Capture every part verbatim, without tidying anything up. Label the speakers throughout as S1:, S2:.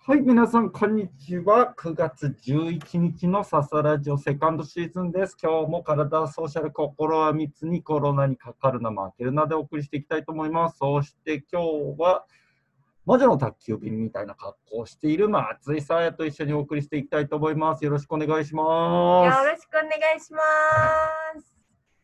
S1: はい、皆さん、こんにちは。くがつじゅういちにちのササラジオセカンドシーズンです。今日も体はソーシャル、心は密にコロナにかかるな、負けるなでお送りしていきたいと思います。そして今日は、魔女の宅急便みたいな格好をしている松井さやと一緒にお送りしていきたいと思います。よろしくお願いします。
S2: よろしくお願いします。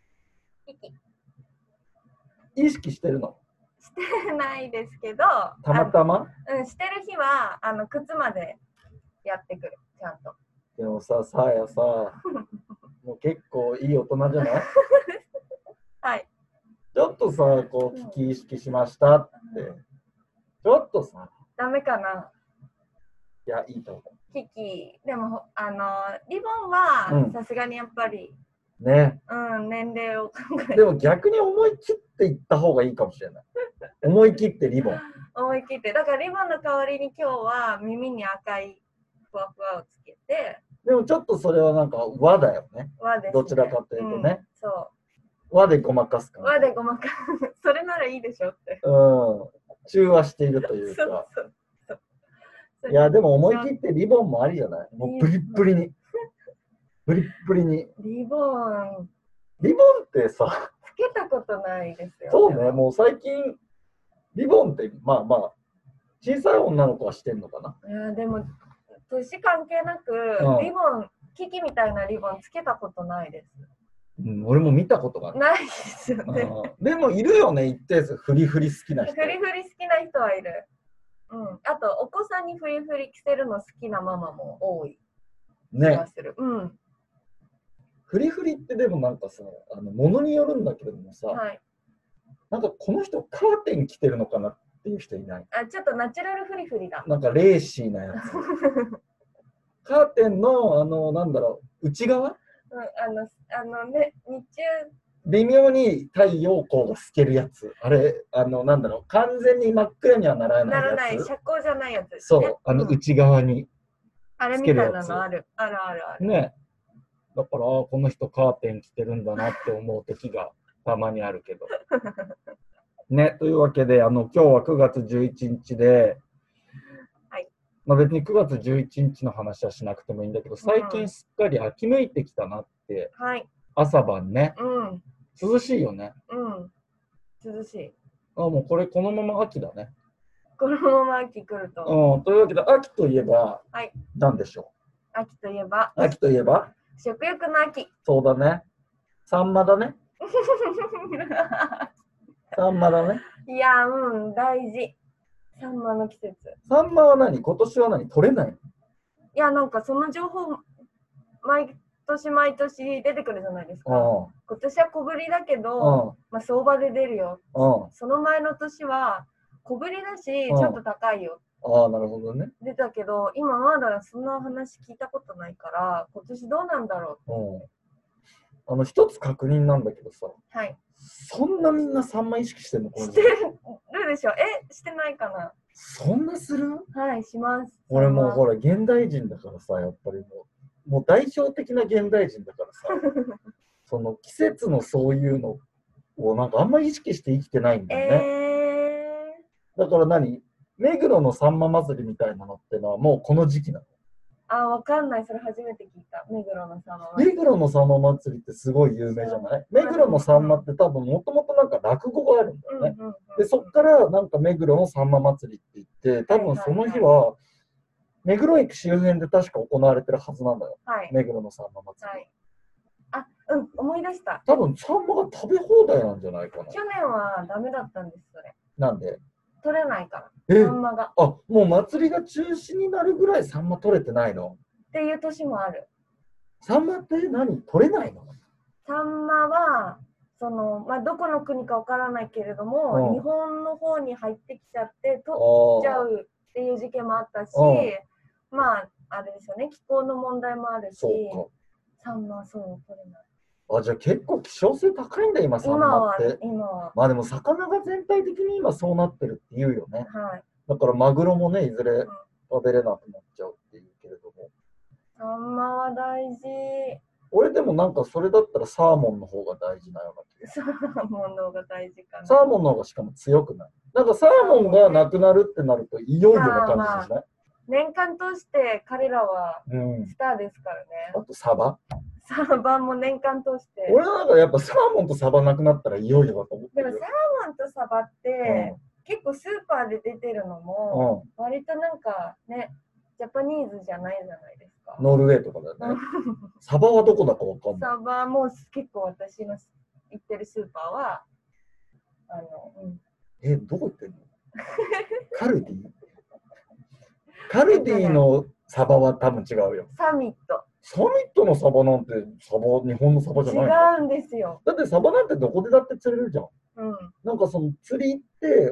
S1: 意識してるの？
S2: してないですけど、
S1: たまたま？
S2: うん、してる日はあの靴までやってくる、ちゃんと。
S1: でもさ、さやさ、もう結構いい大人じゃない？
S2: はい。
S1: ちょっとさ、こう危機意識しましたって、ちょっとさ、
S2: ダメかな。
S1: いや、いいと思う。
S2: 危機、でもあのリボンはさすがにやっぱり、
S1: ね、
S2: うん、年齢を考えて。
S1: でも逆に思い切っていった方がいいかもしれない。思い切ってリボン。
S2: 思い切って、だからリボンの代わりに今日は耳に赤いふわふわをつけて。
S1: でもちょっとそれはなんか和だよね。
S2: 和ですね。
S1: どちらかというとね。
S2: うん、そう。
S1: 和でごまかすか。
S2: 和でごまかす。それならいいでしょって。
S1: うん。中和しているというか。そうそうそう。いや、でも思い切ってリボンもありじゃない？もうブリッブリに。ブリッブリに。
S2: リボン。
S1: リボンってさ。
S2: つけたことないですよ。
S1: そうね、もう最近、リボンって、まあまあ、小さい女の子はしてんのかな。
S2: いや、でも、年関係なく、うん、リボン、キキみたいなリボンつけたことないです。
S1: うん、俺も見たことが
S2: ないですよね。
S1: でもいるよね、一定数、フリフリ好きな人。
S2: フリフリ好きな人はいる。うん。あと、お子さんにフリフリ着せるの好きなママも多い気がする。ね、うん。
S1: フリフリってでもなんかさ、あの物によるんだけれどもさ、
S2: はい、
S1: なんかこの人カーテン着てるのかなっていう人いない？
S2: あ、ちょっとナチュラルフリフリだ。
S1: なんかレーシーなやつ。カーテンの、あの、なんだろう、内側？
S2: うん、あの、あのね、日中、
S1: 微妙に太陽光が透けるやつ。あれ、あの、なんだろう、完全に真っ暗にはならないやつ。
S2: ならない、遮光じゃないやつです
S1: ね。そう、あの、内側に
S2: あれみたいなのある。あるあるある。
S1: ね。だから、この人カーテン着てるんだなって思う時がたまにあるけど。ね、というわけで、あの、今日はくがつじゅういちにちで、
S2: はい。
S1: まあ別にくがつじゅういちにちの話はしなくてもいいんだけど、最近すっかり秋めいてきたなって、
S2: はい、
S1: 朝晩ね、
S2: うん、
S1: 涼しいよね。
S2: うん、涼しい。
S1: あ、もうこれこのまま秋だね。
S2: このまま秋来ると。
S1: うん、というわけで、秋といえば、
S2: はい、
S1: 何でしょ
S2: う？秋といえば、
S1: 秋といえば
S2: 食欲の秋。
S1: そうだね。サンマだね。サンマだね。
S2: いや、うん、大事。サンマの季節。
S1: サンマは何？今年は何？取れない？
S2: いや、なんかその情報、毎年毎年出てくるじゃないですか。今年は小ぶりだけど、まあ、相場で出るよ。その前の年は小ぶりだし、ちょっと高いよ。
S1: ああ、なるほどね。
S2: 出たけど、今まだそんな話聞いたことないから、今年どうなんだろう。
S1: うん、あの、一つ確認なんだけどさ。
S2: はい。
S1: そんなみんなサンマ意識してんの？
S2: してるでしょ。え、してないかな？
S1: そんなする？
S2: はい、します。
S1: 俺もうほら、現代人だからさ、やっぱりもう、もう代表的な現代人だからさ、その季節のそういうのをなんかあんまり意識して生きてないんだよね。えー、だから何？目黒のさんま祭りみたいなのってのはもうこの時期なの？
S2: あ、わかんない。それ初めて聞いた。目黒のさんま祭り。
S1: 目黒のさんま祭りってすごい有名じゃない？目黒のさんまって多分もともとなんか落語があるんだよね。で、そっからなんか目黒のさんま祭りって言って、多分その日は目黒駅周辺で確か行われてるはずなんだよ。はい、目黒のさんま祭り。はい、
S2: あ、うん、思い出した。
S1: 多分サンマが食べ放題なんじゃないかな。
S2: 去年はダメだったんです、それ。
S1: なんで？
S2: 取れないから。サンマが。
S1: あ、もう祭りが中止になるぐらいサンマ取れてないの？
S2: っていう年もある。
S1: サンマって何？取れないの？
S2: サンマはその、まあ、どこの国かわからないけれども、うん、日本の方に入ってきちゃって取っちゃうっていう事件もあったし、まああれですよね、気候の問題もあるし、サンマはそう取れない。
S1: あ、じゃあ結構希少性高いんだ今サンマって。
S2: 今は、今は。
S1: まあでも魚が全体的に今そうなってるって言うよね。
S2: はい。
S1: だからマグロもね、いずれ食べれなくなっちゃうっていうけれども。
S2: サンマは大事。
S1: 俺でもなんかそれだったらサーモンの方が大事なような気がする。
S2: サーモンの方が大事かな。
S1: サーモンの方がしかも強くない。なんかサーモンがなくなるってなるといよいよな感じじゃない？
S2: 年間通して彼らは
S1: うん。
S2: スターですからね。
S1: あとサバ。
S2: サーバーも年間通して。
S1: 俺はなんかやっぱサーモンとサバなくなったらいよいよだと思って
S2: でも
S1: るよ。
S2: サーモンとサバって、結構スーパーで出てるのも、割となんかね、ジャパニーズじゃないじゃないですか。
S1: ノルウェーとかだよね。サバはどこだかわかんない。
S2: サバも結構私の行ってるスーパーは、あの、うん、
S1: え、どこ行ってんの？カルディ？カルディのサバは多分違うよ。
S2: サミット。
S1: サミットのサバなんてサバ、日本のサバじゃないの？
S2: 違うんですよ。
S1: だってサバなんてどこでだって釣れるじゃん。
S2: うん、
S1: なんかその釣りって、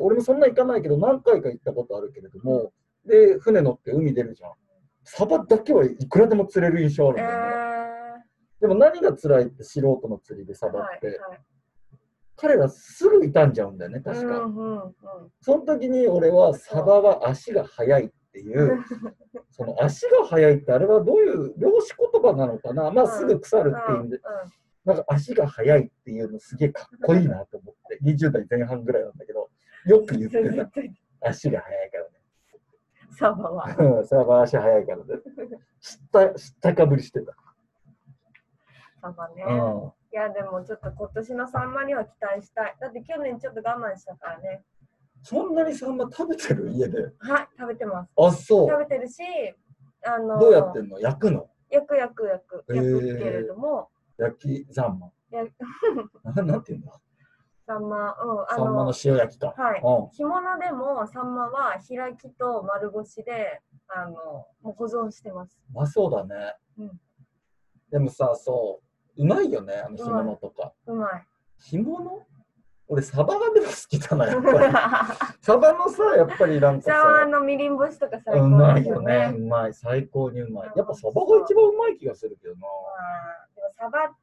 S1: 俺もそんな行かないけど何回か行ったことあるけれども、で、船乗って海出るじゃん。サバだけはいくらでも釣れる印象あるんだよね。えー、でも何が辛いって素人の釣りでサバって、はいはい、彼らすぐ傷んじゃうんだよね、確か。うんうんうん、その時に俺はサバは足が速いっていう、その足が速いってあれはどういう漁師言葉なのかな、まあすぐ腐るっていうんで、なんか足が速いっていうのすげえかっこいいなと思って、にじゅう代前半ぐらいなんだけど、よく言ってた。足が速いからね。
S2: サバは。
S1: サバ足速いからね。知った、知ったかぶりしてた。
S2: サバね。うん、いやでもちょっと今年のサンマには期待したい。だって去年ちょっと我慢したからね。
S1: そんなにサンマ食べてる？家で。
S2: はい、食べてます。
S1: あ、そう。
S2: 食べてるし、あの
S1: どうやってんの？焼くの？
S2: 焼く焼く焼く焼くけれども。
S1: 焼きサンマ。なんていうんだ。
S2: サンマ、うん、
S1: あのサンマの塩焼きか。
S2: はい。うん、干物でもサンマは開きと丸干しで、あのもう保存してます。
S1: うまそうだね。うん。でもさ、そう、うまいよね、あの干物とか。
S2: うまい。
S1: 干物？俺、サバがでも好きだな、やっぱり。サバのさ、やっぱりなんかさ。
S2: サバのみりん干しとか最高、
S1: ね、うまいよね。うまい。最高にうまい。やっぱサバが一番うまい気がするけどな。
S2: でもサバって、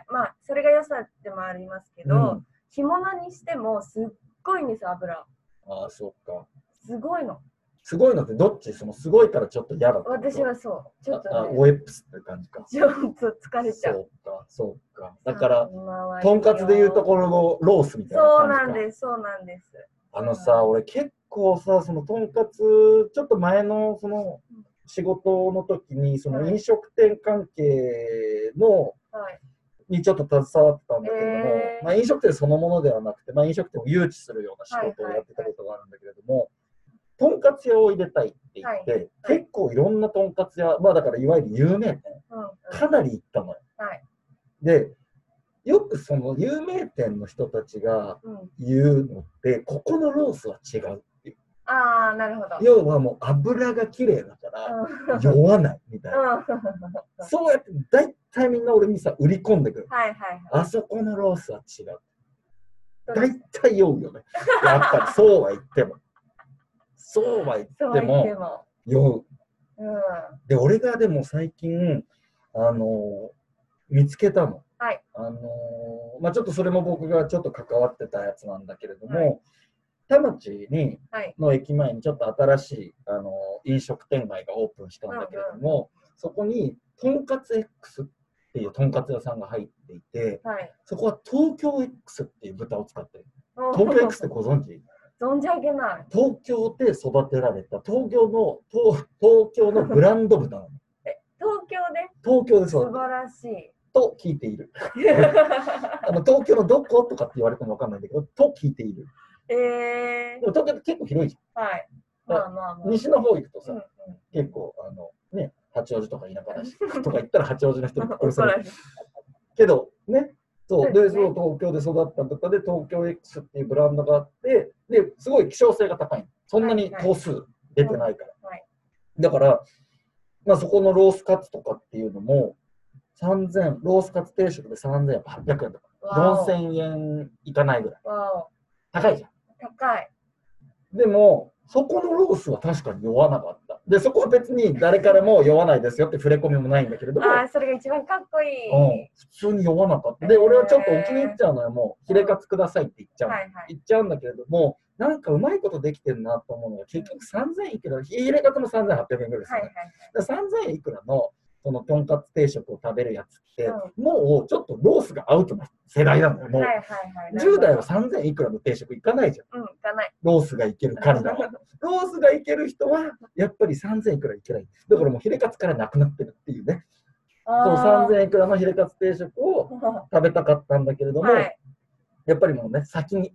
S2: まあ、それが良さでもありますけど、うん、干物にしてもすっごいんですよ、油。
S1: ああ、そっか。
S2: すごいの。
S1: すごいのってどっち？そのすごいからちょっと嫌だ。
S2: 私はそう。ちょっと、ね、
S1: あ、オエプスって感じか。
S2: ちょっと疲れちゃう。
S1: そうか、そうか。だから、とんかつでいうところのロースみたいな
S2: 感じか。そうなんです、そうなんです。
S1: あのさ、俺結構さ、そのとんかつ、ちょっと前のその仕事の時に、その飲食店関係の、はい、にちょっと携わってたんだけれども、えー、まあ飲食店そのものではなくて、まあ飲食店を誘致するような仕事をやってたことがあるんだけれども、はいはいはい、とんかつ屋を入れたいって言って、はいはい、結構いろんなとんかつ屋、まあだからいわゆる有名店、うんうん、かなり行ったのよ。はい、で、よくその有名店の人たちが言うのって、うん、ここのロースは違うっていう。
S2: ああ、なるほど。
S1: 要はもう油が綺麗だから酔わないみたいな。うん、そうやって大体みんな俺にさ売り込んでくる。はいはいはい、あそこのロースは違う。大体酔うよね。やっぱりそうは言っても。そうは言っても酔う。うん、で、俺がでも最近、あのー、見つけたの。はい、あのー、まあちょっとそれも僕がちょっと関わってたやつなんだけれども、はい、田町に、はい、の駅前にちょっと新しい、あのー、飲食店街がオープンしたんだけれども、うんうん、そこにとんかつ X っていうとんかつ屋さんが入っていて、はい、そこは東京 X っていう豚を使ってる。東京 X ってご存知？
S2: 存じ上げない。
S1: 東京で育てられた東京の 東, 東京のブランド豚なの。
S2: え、東京で？
S1: 東京で育てる。
S2: 素晴らしい。
S1: と聞いている。あの東京のどことかって言われても分かんないんだけど、と聞いている。えー、でも東京って結構広いじゃん。はい。まあまあまあ、西の方行くとさ、うんうん、結構あのね、八王子とか田舎だしとか言ったら八王子の人に殺される。けどね。そうで、そう東京で育った豚で東京 X っていうブランドがあって、ですごい希少性が高い。そんなに頭数出てないから。はいはい、だから、まあ、そこのロースカツとかっていうのも、さんぜん、ロースカツ定食でさんぜんはっぴゃくえんとか、よんせんえんいかないぐらい。高いじゃん。
S2: 高い。
S1: でも、そこのロースは確かに酔わなかった。で、そこは別に誰からも酔わないですよって触れ込みもないんだけれども。
S2: ああ、それが一番かっこいい。
S1: うん。普通に酔わなかった。で、俺はちょっとお気に入っちゃうのよ。もう、ヒレカツくださいって言っちゃう。はいはい、言っちゃうんだけれども、なんかうまいことできてるなと思うのが、結局さんぜんいくら、ヒレカツもさんぜんはっぴゃくえんぐらいですよね。はいはいはい、さんぜんいくらのそのとんかつ定食を食べるやつって、うん、もうちょっとロースがアウトな世代なのよ。もうじゅう代はさんぜんいくらの定食いかないじゃん。
S2: うん、いかない。
S1: ロースがいける彼らは。ロースがいける人はやっぱりさんぜんいくらいけない。だからもうヒレカツからなくなってるっていうね。そうさんぜんいくらのヒレカツ定食を食べたかったんだけれども、はい、やっぱりもうね、先に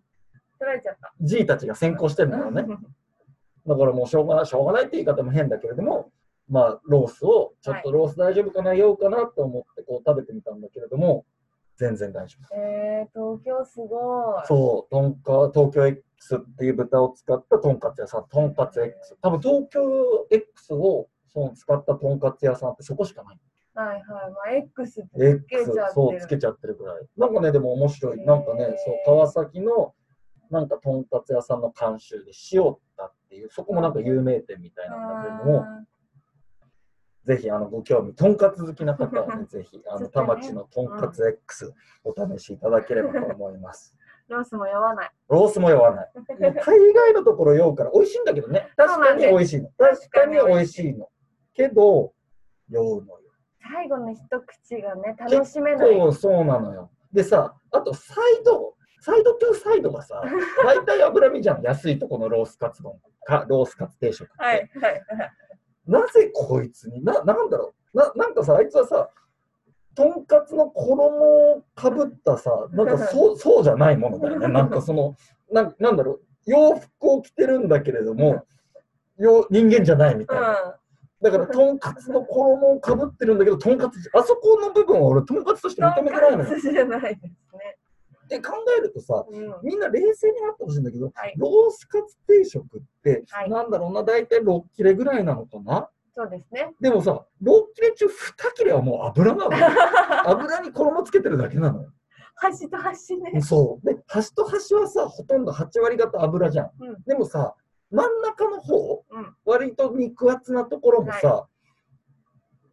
S1: G たちが先行してるんだろうね。だからもうしょうがない、しょうがないって言い方も変だけれども、まあロースをちょっとロース大丈夫かな、ようかなと思ってこう食べてみたんだけれども、全然大丈夫。
S2: えー、東京すごい。
S1: そう、とんか東京 X っていう豚を使ったとんかつ屋さん、とんかつ X。多分東京 X をその使ったとんかつ屋さんってそこしかない。
S2: はいはい、まあ X ってつけちゃってる。
S1: X、そう、つけちゃってるぐらい。なんかね、でも面白い。なんかね、そう、川崎のなんかとんかつ屋さんの監修で塩田っていう、そこもなんか有名店みたいなんだけれども、ぜひあのご興味、とんかつ好きな方はね、ぜひあの田町のとんかつ X お試しいただければと思います。
S2: ロースも酔わない。
S1: ロースも酔わない。大概のところ酔うから美味しいんだけどね。確かに美味しいの。確かに美味しいの。けど酔うのよ。
S2: 最後の一口がね、楽しめない。
S1: そうそうなのよ。でさ、あとサイド、サイドトゥサイドがさ、大体脂身じゃん。安いとこのロースカツ丼か、ロースカツ定食って。
S2: はいはい。
S1: なぜこいつにな、なんだろうな、なんかさ、あいつはさ、とんかつの衣をかぶったさ、なんかそうそうじゃないものだよね。なんかそのな、なんだろう、洋服を着てるんだけれども、よ人間じゃないみたいな。うんだから、とんかつの衣をかぶってるんだけど、とんかつ、あそこの部分は俺、とんかつとして認めてないのよ。
S2: とんかつじゃないですね。
S1: って考えるとさ、うん、みんな冷静になってほしいんだけど、はい、ロースカツ定食って、はい、なんだろうな、大体ろっ切れぐらいなのかな。
S2: そうですね。
S1: でもさ、ろっ切れ中に切れはもう油なのよ。油に衣つけてるだけなのよ。
S2: 端と端ね。
S1: そう。で、端と端はさ、ほとんどはち割方油じゃん。うん、でもさ、真ん中の方、うん、割と肉厚なところもさ、はい、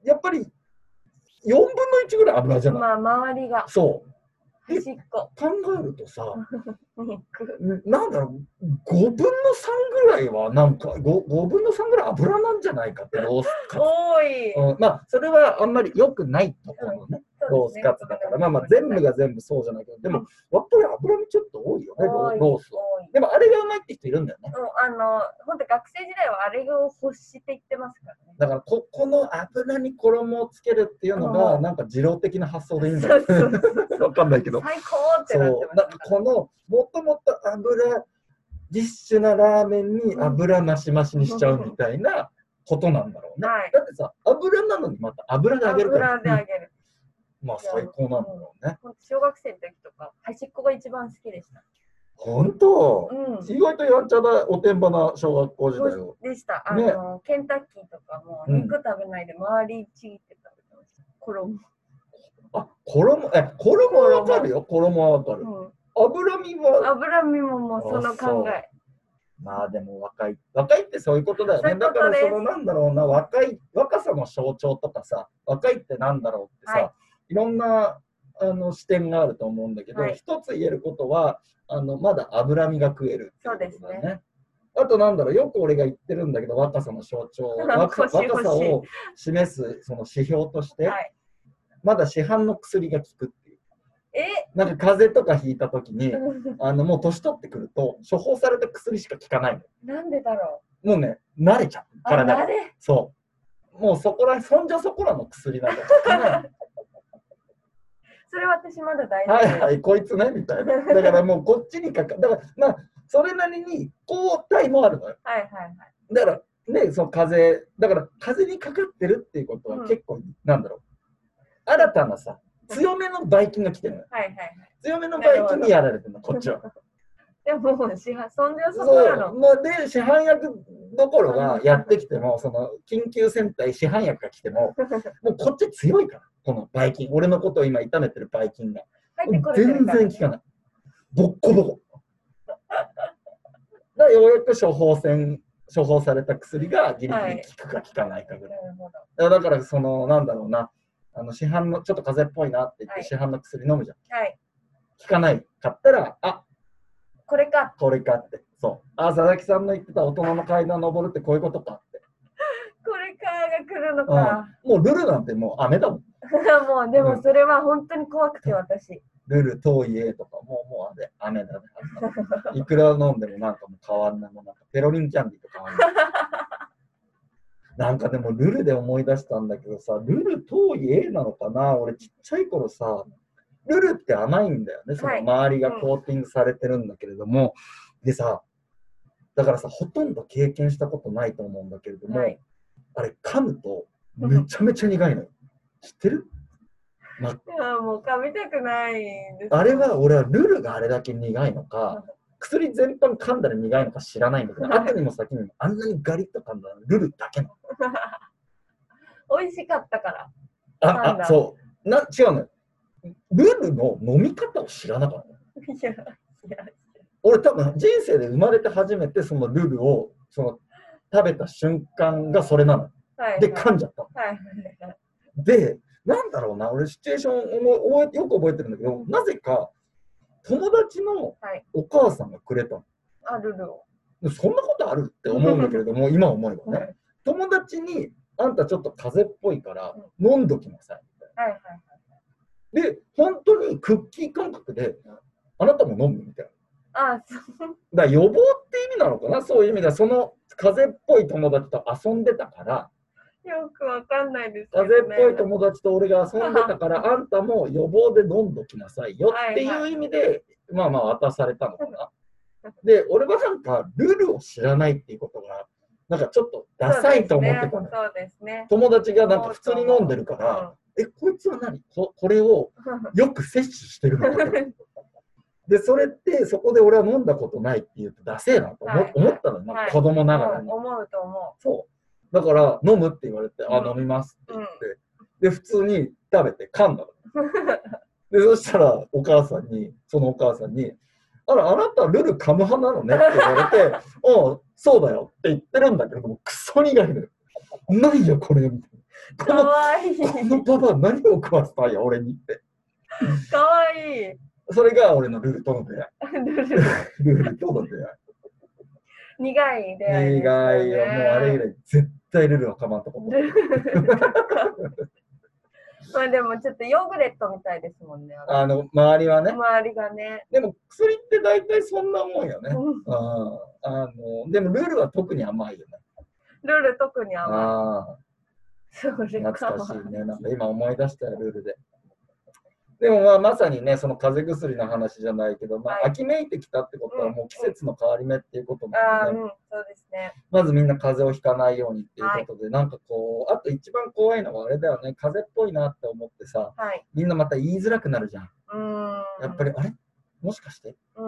S1: やっぱりよんぶんのいちぐらい油じゃない。
S2: まあ、周りが。
S1: そう。
S2: 端っこ。
S1: 考えるとさ、なんだろう、ごぶんのさんぐらいは、なんか 5, 5分のさんぐらい油なんじゃないかってロースカツ。
S2: 多い、
S1: うん。まあ、それはあんまり良くないところのね、うん、ロースカツだから、まあまあ、全部が全部そうじゃないけど、でも、やっぱり油身ちょっと多いよね、ロースは。でも、あれがうまいって人いるんだよね。
S2: うん、あの、本当学生時代はあれを欲して言ってますからね。
S1: だから、ここの油に衣をつけるっていうのが、なんか二郎的な発想でいいんだよね。わかんないけど。
S2: 最高ってなってます。
S1: そう。この、もともと油リッシュなラーメンに油増し増しにしちゃうみたいなことなんだろうね。はい、だってさ、油なのにまた油で揚げるから。
S2: 油で揚げる。
S1: まあ最高なんだろうね。
S2: 小学生の時とか、端っこが一番好きでした。
S1: 本当、うん、意外とやんちゃなおてんばな小学校時代を。
S2: でした。あの、ね、ケンタッキーとかも肉食べないで周りちぎって食べてました。衣。
S1: あ、衣、え、衣はわかるよ。衣はわかる。うん脂身は
S2: 脂身ももうその考え。
S1: まあでも若い若いってそういうことだよね。だからそのなんだろうな、若い若さの象徴とかさ、若いってなんだろうってさ、はい、いろんなあの視点があると思うんだけど、はい、一つ言えることはあのまだ脂身が食えるっていうことだね。そうですね。あとなんだろう、よく俺が言ってるんだけど、若さの象徴、若, 若さを示すその指標として、はい、まだ市販の薬が効く。
S2: え
S1: なんか風邪とかひいたときにあのもう年取ってくると処方された薬しか効かないの。
S2: なんでだろ
S1: う。もうね慣れちゃう体が。そう。もうそこらそんじょそこらの薬なんか効かない。
S2: それ私まだ大丈夫。
S1: はいはいこいつねみたいな。だからもうこっちにかかだからまあそれなりに抗体もあるのよ。
S2: はいはいはい。
S1: だからねその風邪だから風邪にかかってるっていうことは結構、うん、なんだろう新たなさ。強めのばい菌が来てるの。
S2: はいはいはい。
S1: 強めのばい菌にやられてるの、こっちは。
S2: でも、市販、そんじょそこらの。
S1: まあ、で、市販薬どころがやってきても、その緊急戦隊市販薬が来ても、もうこっち強いから、このばい菌。俺のことを今痛めてるばい菌が。全然効かない。ボッコボコ。だからようやく処方箋、処方された薬がギリギリ効くか効かないかぐらい。はい、だから、その、なんだろうな。あの市販のちょっと風邪っぽいなって言って、はい、市販の薬飲むじゃん。
S2: はい。
S1: 効かないかったら、あ
S2: これか。
S1: これかって。そう。あ、佐々木さんの言ってた大人の階段登るってこういうことかって。
S2: これかが来るるのか。
S1: うん、もうルルなんてもう雨だもん。
S2: もうでもそれは本当に怖くて私。
S1: ルル遠い絵とかもうもうあれ雨だね。いくら飲んでもなんかもう変わんないもん。なんかペロリンキャンディーと変わんない。なんかでもルルで思い出したんだけどさ、ルル遠い絵なのかな。俺ちっちゃい頃さ、ルルって甘いんだよね。その周りがコーティングされてるんだけれども、うん、でさ、だからさ、ほとんど経験したことないと思うんだけれども、はい、あれ噛むとめちゃめちゃ苦いのよ。知ってる？ま、
S2: いやもう噛みたくないです。
S1: あれは俺はルルがあれだけ苦いのか、薬全般噛んだら苦いのか知らないんだけど、後にも先にもあんなにガリッと噛んだらルルだけなの。
S2: 美味しかったから。
S1: あ、あ、そうな、違うのよ。ルルの飲み方を知らなかった。いやいや俺多分人生で生まれて初めてそのルルをその食べた瞬間がそれなの。はいはい、で噛んじゃったの。はいはいはい、でなんだろうな、俺シチュエーションをよく覚えてるんだけど、なぜか友達のお母さんがくれたの。
S2: はい、あルルを。
S1: そんなことあるって思うんだけれども今思えばね、友達にあんたちょっと風邪っぽいから飲んどきなさいみたいな。はいはいはい、で本当にクッキー感覚であなたも飲むみたいな。あ、そう。だから予防って意味なのかな、そういう意味では。その風邪っぽい友達と遊んでたから、
S2: よくわかんないですけど、ね、
S1: 風邪っぽい友達と俺が遊んでたからあんたも予防で飲んどきなさいよっていう意味で、はいはい、まあまあ渡されたのかな。で俺はなんかルールを知らないっていうことがなんかちょっとダサいと思ってたの。
S2: そうですね。
S1: 友達がなんか普通に飲んでるから、うん、えこいつは何 こ, これをよく摂取してるのかで、それってそこで俺は飲んだことないって言うとダセーなと 思,、はい、思ったのよ、はい、子供ながらに、
S2: うん、思うと思う。
S1: そうだから飲むって言われて、うん、あ飲みますって言って、うん、で普通に食べて噛んだのでそしたらお母さんにそのお母さんにあらあなたルル噛む派なのねって言われておうそうだよって言ってるんだけどもクソ苦いのよ。何よこれみたいな。
S2: かわいい。
S1: このパパ何を食わせたんや俺にって。
S2: かわいい。
S1: それが俺のルルとの出会い。ルルとの出会い。
S2: 苦い出会い、ね。
S1: 苦いよ。もうあれ以来絶対ルルはかまんとこ。
S2: まあでもちょっとヨーグレットみたいですもんね。
S1: あの周りはね。
S2: 周りがね。
S1: でも薬って大体そんなもんよね。うん、ああのでもルルは特に甘いよね。
S2: ルル特に甘い。ああ。
S1: それ懐かしいね。なんか今思い出したよルルで。でもまあまさにね、その風邪薬の話じゃないけど、まあ、はい、秋めいてきたってことはもう季節の変わり目っていうことなので、ね、
S2: うん、そうですね。
S1: まずみんな風邪をひかないようにっていうことで、はい、なんかこう、あと一番怖いのはあれだよね、風邪っぽいなって思ってさ、はい、みんなまた言いづらくなるじゃん。うんやっぱり、あれもしかしてうん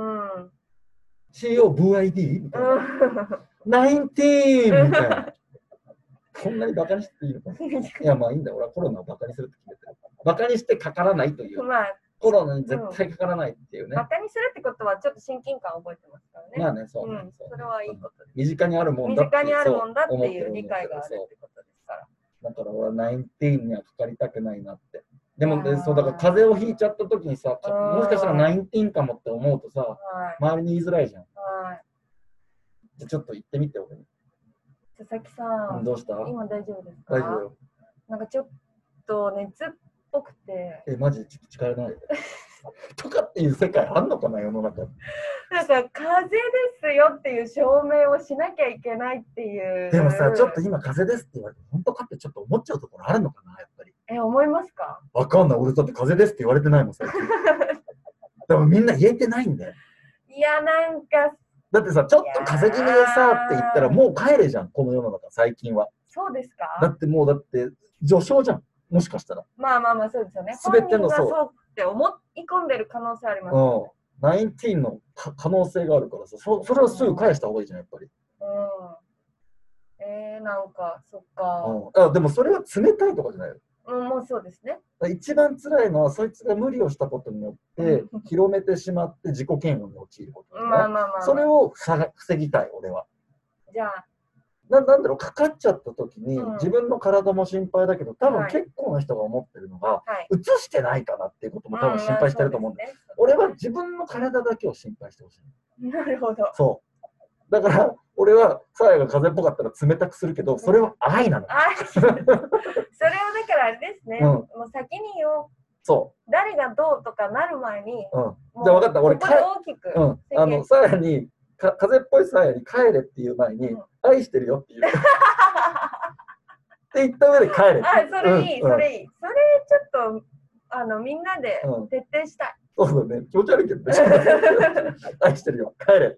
S1: シーオーブイアイディー みたいな。ナインティーンみたいな。こんなにバカにしていいのかな。いや、まあいいんだ。俺はコロナをバカにするって決めてる。バカにしてかからないという。まあ、コロナに絶対かからないっていうね、うん。
S2: バカにするってことはちょっと親近感を覚えてますからね。
S1: まあね、そう。
S2: うん、それはいいことです。
S1: 身近にあるもんだって。
S2: 身近にあるもんだっていう理解があるってことですから。
S1: だから俺はナインティーンにはかかりたくないなって。でも、ね、そうだから風邪をひいちゃった時にさ、もしかしたらナインティーンかもって思うとさ、周りに言いづらいじゃん。はい。じゃちょっと行ってみて、俺に。
S2: 佐々木さん、
S1: どうした？
S2: 今大丈夫ですか？
S1: 大丈夫よ。
S2: なんかちょっと熱っぽくて。
S1: え、マジちょっと力ないとかっていう世界あんのかな、世の中。
S2: なんか風邪ですよっていう証明をしなきゃいけないっていう。
S1: でもさ、ちょっと今風邪ですって言われて、本当かってちょっと思っちゃうところあるのかな、やっぱり。
S2: え、思いますか？
S1: わかんない。俺だって風邪ですって言われてないもん、最近。でもみんな言えてないんだよ。
S2: いや、なんか。
S1: だってさ、ちょっと風邪気味でさって言ったらもう帰れじゃん、この世の中、最近は。
S2: そうですか？
S1: だってもう、だって序章じゃん、もしかしたら。
S2: まあまあまあ、そうですよね。
S1: すべての
S2: そう。そうって思い込んでる可能性あります、ね。
S1: うん。ナインティーンの可能性があるからさ、そ, それをすぐ返した方がいいじゃん、やっぱり。
S2: うん。えー、なんか、そっか。
S1: うん、あでもそれは冷たいとかじゃないよ。
S2: うん、もうそうですね。
S1: 一番辛いのはそいつが無理をしたことによって広めてしまって自己嫌悪に陥ることですね。まあまあまあ、それを防ぎたい俺は。
S2: じゃあ
S1: な, なんだろうかかっちゃった時に、うん、自分の体も心配だけど多分結構な人が思ってるのが、はい、うつしてないかなっていうことも多分心配してると思うんで、うん、ね、俺は自分の体だけを心配してほしい。
S2: なるほど。
S1: そうだから俺はサーヤが風邪っぽかったら冷たくするけど、それは愛なの。
S2: 愛それをだからあれですね、
S1: うん、
S2: もう先によ、
S1: そう
S2: 誰がどうとかなる前に、
S1: うん、じゃあ分かった、俺
S2: ここで大きく、
S1: うん、あのサーヤにか風邪っぽいサーヤに帰れっていう前に、うん、愛してるよっていうって言った上で帰れ。
S2: あ、それいい、うん、それいい。それちょっとあのみんなで徹底したい。
S1: うん、そうだね、気持ち悪いけどね。愛してるよ、帰れ。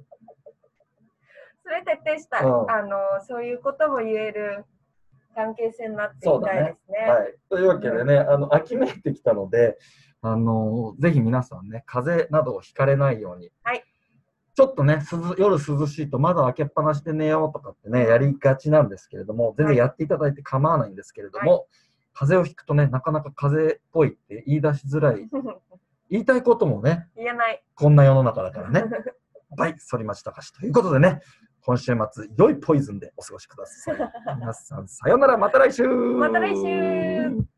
S2: それ徹底したい、うん。あのそういうことも言える関係性になっていきたいですね。
S1: ね、はい。というわけでね、うん、あの秋めいてきたので、あのぜひ皆さんね、風邪などをひかれないように。
S2: はい。
S1: ちょっとね、夜涼しいと窓開けっぱなしで寝ようとかってね、やりがちなんですけれども、全然やっていただいて構わないんですけれども、はい、風邪をひくとね、なかなか風邪っぽいって言い出しづらい。言いたいこともね、
S2: 言えない。
S1: こんな世の中だからね。はい、反町隆史ということでね、今週末、良いポイズンでお過ごしください。皆さん、さようなら、また来週。
S2: また来週。